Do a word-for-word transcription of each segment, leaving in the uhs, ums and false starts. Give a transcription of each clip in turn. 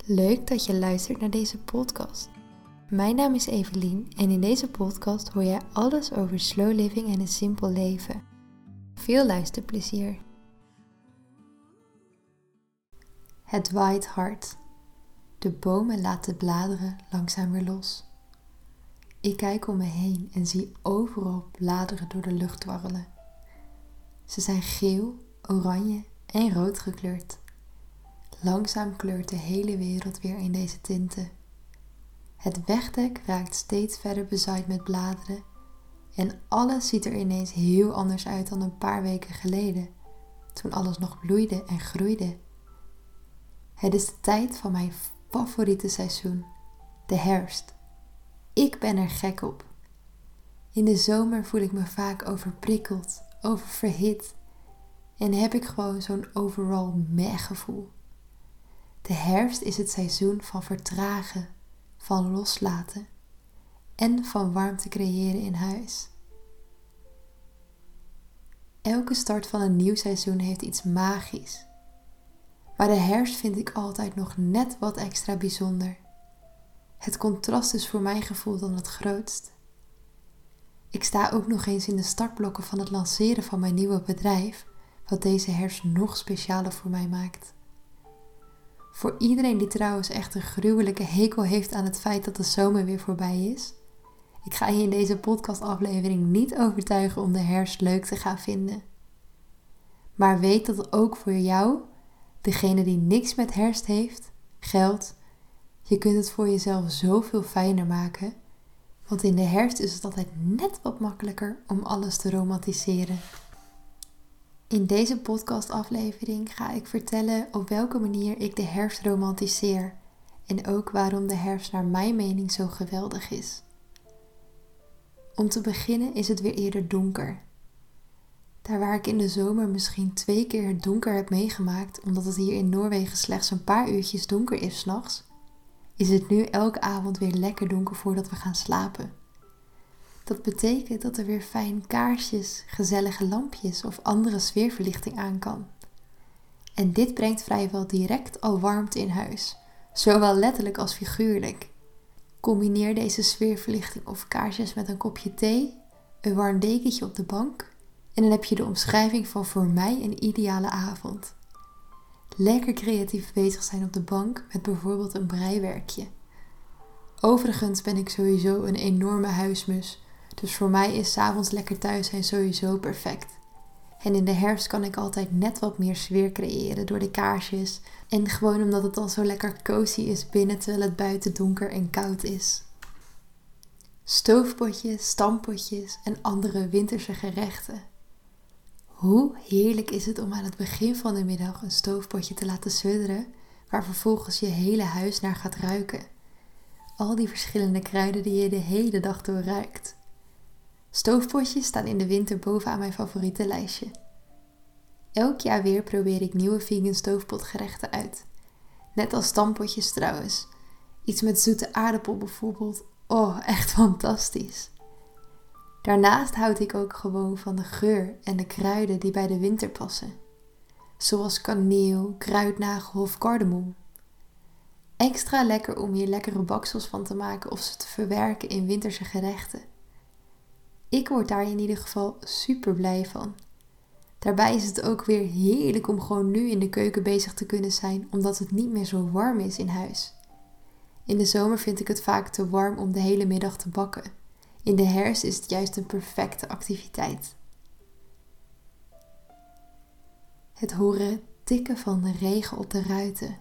Leuk dat je luistert naar deze podcast. Mijn naam is Evelien en in deze podcast hoor jij alles over slow living en een simpel leven. Veel luisterplezier. Het waait hard. De bomen laten bladeren langzaam weer los. Ik kijk om me heen en zie overal bladeren door de lucht dwarrelen. Ze zijn geel, oranje en rood gekleurd. Langzaam kleurt de hele wereld weer in deze tinten. Het wegdek raakt steeds verder bezaaid met bladeren en alles ziet er ineens heel anders uit dan een paar weken geleden, toen alles nog bloeide en groeide. Het is de tijd van mijn favoriete seizoen, de herfst. Ik ben er gek op. In de zomer voel ik me vaak overprikkeld, oververhit en heb ik gewoon zo'n overall meh gevoel. De herfst is het seizoen van vertragen, van loslaten en van warmte creëren in huis. Elke start van een nieuw seizoen heeft iets magisch. Maar de herfst vind ik altijd nog net wat extra bijzonder. Het contrast is voor mijn gevoel dan het grootst. Ik sta ook nog eens in de startblokken van het lanceren van mijn nieuwe bedrijf, wat deze herfst nog specialer voor mij maakt. Voor iedereen die trouwens echt een gruwelijke hekel heeft aan het feit dat de zomer weer voorbij is. Ik ga je in deze podcastaflevering niet overtuigen om de herfst leuk te gaan vinden. Maar weet dat ook voor jou, degene die niks met herfst heeft, geldt. Je kunt het voor jezelf zoveel fijner maken. Want in de herfst is het altijd net wat makkelijker om alles te romantiseren. In deze podcastaflevering ga ik vertellen op welke manier ik de herfst romantiseer en ook waarom de herfst naar mijn mening zo geweldig is. Om te beginnen is het weer eerder donker. Daar waar ik in de zomer misschien twee keer het donker heb meegemaakt, omdat het hier in Noorwegen slechts een paar uurtjes donker is 's nachts, is het nu elke avond weer lekker donker voordat we gaan slapen. Dat betekent dat er weer fijn kaarsjes, gezellige lampjes of andere sfeerverlichting aan kan. En dit brengt vrijwel direct al warmte in huis, zowel letterlijk als figuurlijk. Combineer deze sfeerverlichting of kaarsjes met een kopje thee, een warm dekentje op de bank en dan heb je de omschrijving van voor mij een ideale avond. Lekker creatief bezig zijn op de bank met bijvoorbeeld een breiwerkje. Overigens ben ik sowieso een enorme huismus. Dus voor mij is 's avonds lekker thuis zijn sowieso perfect. En in de herfst kan ik altijd net wat meer sfeer creëren door de kaarsjes. En gewoon omdat het al zo lekker cozy is binnen terwijl het buiten donker en koud is. Stoofpotjes, stampotjes en andere winterse gerechten. Hoe heerlijk is het om aan het begin van de middag een stoofpotje te laten sudderen, waar vervolgens je hele huis naar gaat ruiken. Al die verschillende kruiden die je de hele dag door ruikt. Stoofpotjes staan in de winter bovenaan mijn favoriete lijstje. Elk jaar weer probeer ik nieuwe vegan stoofpotgerechten uit. Net als stampotjes trouwens. Iets met zoete aardappel bijvoorbeeld. Oh, echt fantastisch. Daarnaast houd ik ook gewoon van de geur en de kruiden die bij de winter passen. Zoals kaneel, kruidnagel of cardamom. Extra lekker om hier lekkere baksels van te maken of ze te verwerken in winterse gerechten. Ik word daar in ieder geval super blij van. Daarbij is het ook weer heerlijk om gewoon nu in de keuken bezig te kunnen zijn, omdat het niet meer zo warm is in huis. In de zomer vind ik het vaak te warm om de hele middag te bakken. In de herfst is het juist een perfecte activiteit. Het horen tikken van de regen op de ruiten.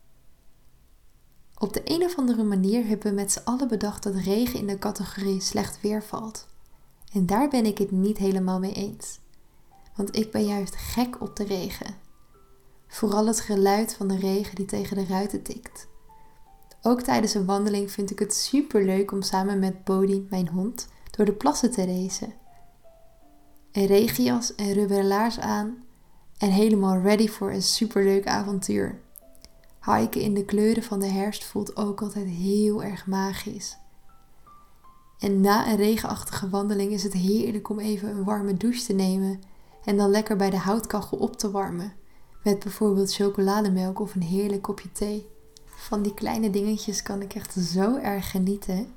Op de een of andere manier hebben we met z'n allen bedacht dat regen in de categorie slecht weer valt. En daar ben ik het niet helemaal mee eens. Want ik ben juist gek op de regen. Vooral het geluid van de regen die tegen de ruiten tikt. Ook tijdens een wandeling vind ik het super leuk om samen met Bodhi, mijn hond, door de plassen te racen. Een regenjas en rubberen laars aan en helemaal ready voor een superleuk avontuur. Hiken in de kleuren van de herfst voelt ook altijd heel erg magisch. En na een regenachtige wandeling is het heerlijk om even een warme douche te nemen en dan lekker bij de houtkachel op te warmen. Met bijvoorbeeld chocolademelk of een heerlijk kopje thee. Van die kleine dingetjes kan ik echt zo erg genieten.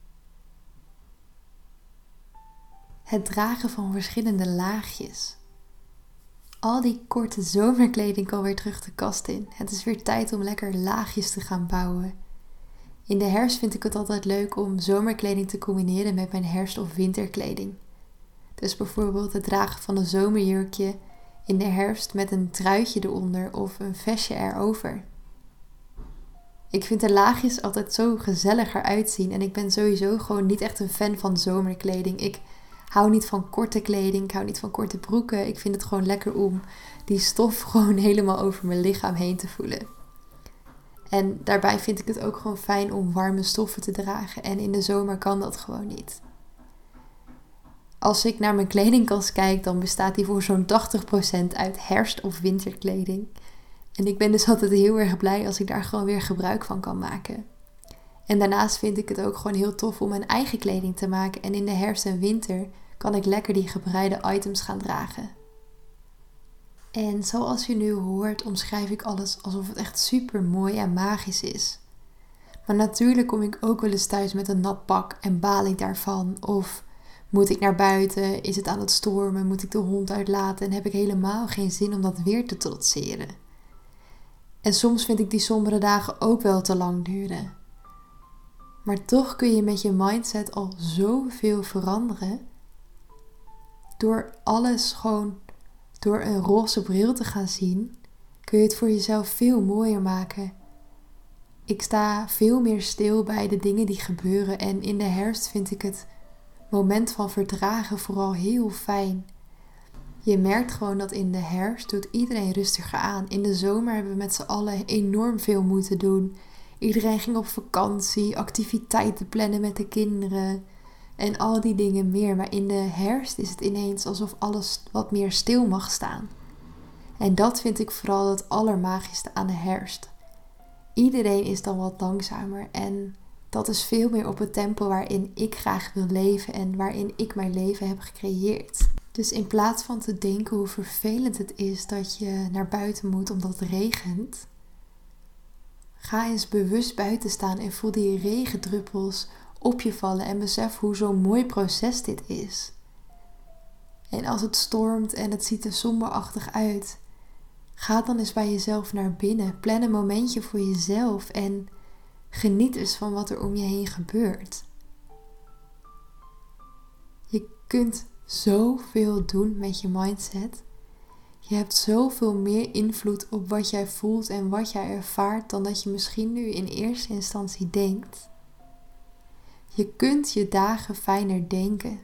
Het dragen van verschillende laagjes. Al die korte zomerkleding kan weer terug de kast in. Het is weer tijd om lekker laagjes te gaan bouwen. In de herfst vind ik het altijd leuk om zomerkleding te combineren met mijn herfst- of winterkleding. Dus bijvoorbeeld het dragen van een zomerjurkje in de herfst met een truitje eronder of een vestje erover. Ik vind de laagjes altijd zo gezelliger uitzien en ik ben sowieso gewoon niet echt een fan van zomerkleding. Ik hou niet van korte kleding, ik hou niet van korte broeken. Ik vind het gewoon lekker om die stof gewoon helemaal over mijn lichaam heen te voelen. En daarbij vind ik het ook gewoon fijn om warme stoffen te dragen en in de zomer kan dat gewoon niet. Als ik naar mijn kledingkast kijk, dan bestaat die voor zo'n tachtig procent uit herfst- of winterkleding. En ik ben dus altijd heel erg blij als ik daar gewoon weer gebruik van kan maken. En daarnaast vind ik het ook gewoon heel tof om mijn eigen kleding te maken. En in de herfst en winter kan ik lekker die gebreide items gaan dragen. En zoals je nu hoort, omschrijf ik alles alsof het echt super mooi en magisch is. Maar natuurlijk kom ik ook wel eens thuis met een nat pak en baal ik daarvan. Of moet ik naar buiten? Is het aan het stormen? Moet ik de hond uitlaten? En heb ik helemaal geen zin om dat weer te trotseren. En soms vind ik die sombere dagen ook wel te lang duren. Maar toch kun je met je mindset al zoveel veranderen. Door alles gewoon door een roze bril te gaan zien, kun je het voor jezelf veel mooier maken. Ik sta veel meer stil bij de dingen die gebeuren. En in de herfst vind ik het moment van verdragen vooral heel fijn. Je merkt gewoon dat in de herfst doet iedereen rustiger aan. In de zomer hebben we met z'n allen enorm veel moeten doen. Iedereen ging op vakantie, activiteiten plannen met de kinderen en al die dingen meer. Maar in de herfst is het ineens alsof alles wat meer stil mag staan. En dat vind ik vooral het allermagischste aan de herfst. Iedereen is dan wat langzamer en dat is veel meer op het tempo waarin ik graag wil leven en waarin ik mijn leven heb gecreëerd. Dus in plaats van te denken hoe vervelend het is dat je naar buiten moet omdat het regent, ga eens bewust buiten staan en voel die regendruppels op je vallen en besef hoe zo'n mooi proces dit is. En als het stormt en het ziet er somberachtig uit, ga dan eens bij jezelf naar binnen. Plan een momentje voor jezelf en geniet eens van wat er om je heen gebeurt. Je kunt zoveel doen met je mindset. Je hebt zoveel meer invloed op wat jij voelt en wat jij ervaart dan dat je misschien nu in eerste instantie denkt. Je kunt je dagen fijner denken.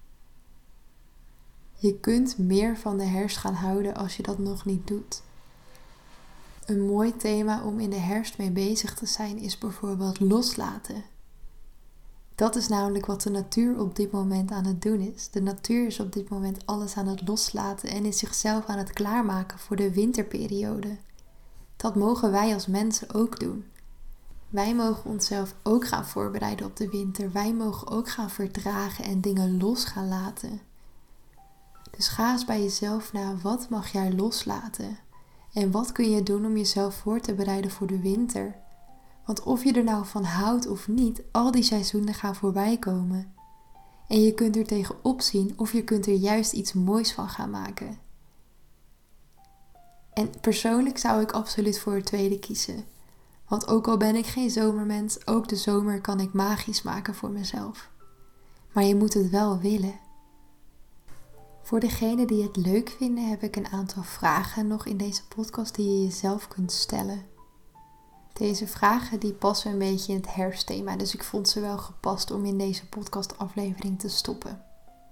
Je kunt meer van de herfst gaan houden als je dat nog niet doet. Een mooi thema om in de herfst mee bezig te zijn is bijvoorbeeld loslaten. Dat is namelijk wat de natuur op dit moment aan het doen is. De natuur is op dit moment alles aan het loslaten en is zichzelf aan het klaarmaken voor de winterperiode. Dat mogen wij als mensen ook doen. Wij mogen onszelf ook gaan voorbereiden op de winter. Wij mogen ook gaan verdragen en dingen los gaan laten. Dus ga eens bij jezelf na, wat mag jij loslaten? En wat kun je doen om jezelf voor te bereiden voor de winter? Want of je er nou van houdt of niet, al die seizoenen gaan voorbij komen. En je kunt er tegenop zien of je kunt er juist iets moois van gaan maken. En persoonlijk zou ik absoluut voor het tweede kiezen. Want ook al ben ik geen zomermens, ook de zomer kan ik magisch maken voor mezelf. Maar je moet het wel willen. Voor degenen die het leuk vinden, heb ik een aantal vragen nog in deze podcast die je jezelf kunt stellen. Deze vragen die passen een beetje in het herfstthema, dus ik vond ze wel gepast om in deze podcastaflevering te stoppen.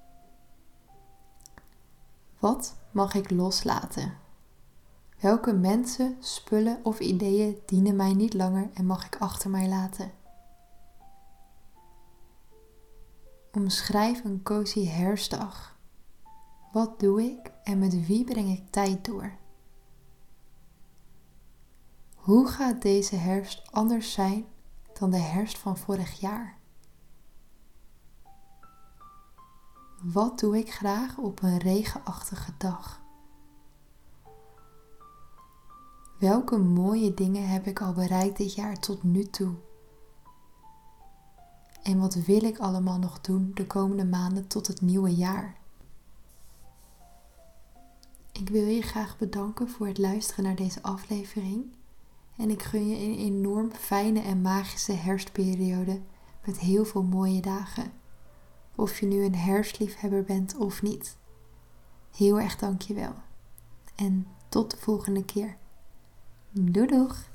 Wat mag ik loslaten? Welke mensen, spullen of ideeën dienen mij niet langer en mag ik achter mij laten? Omschrijf een cozy herfstdag. Wat doe ik en met wie breng ik tijd door? Hoe gaat deze herfst anders zijn dan de herfst van vorig jaar? Wat doe ik graag op een regenachtige dag? Welke mooie dingen heb ik al bereikt dit jaar tot nu toe? En wat wil ik allemaal nog doen de komende maanden tot het nieuwe jaar? Ik wil je graag bedanken voor het luisteren naar deze aflevering. En ik gun je een enorm fijne en magische herfstperiode met heel veel mooie dagen. Of je nu een herfstliefhebber bent of niet. Heel erg dankjewel. En tot de volgende keer. Doei doeg!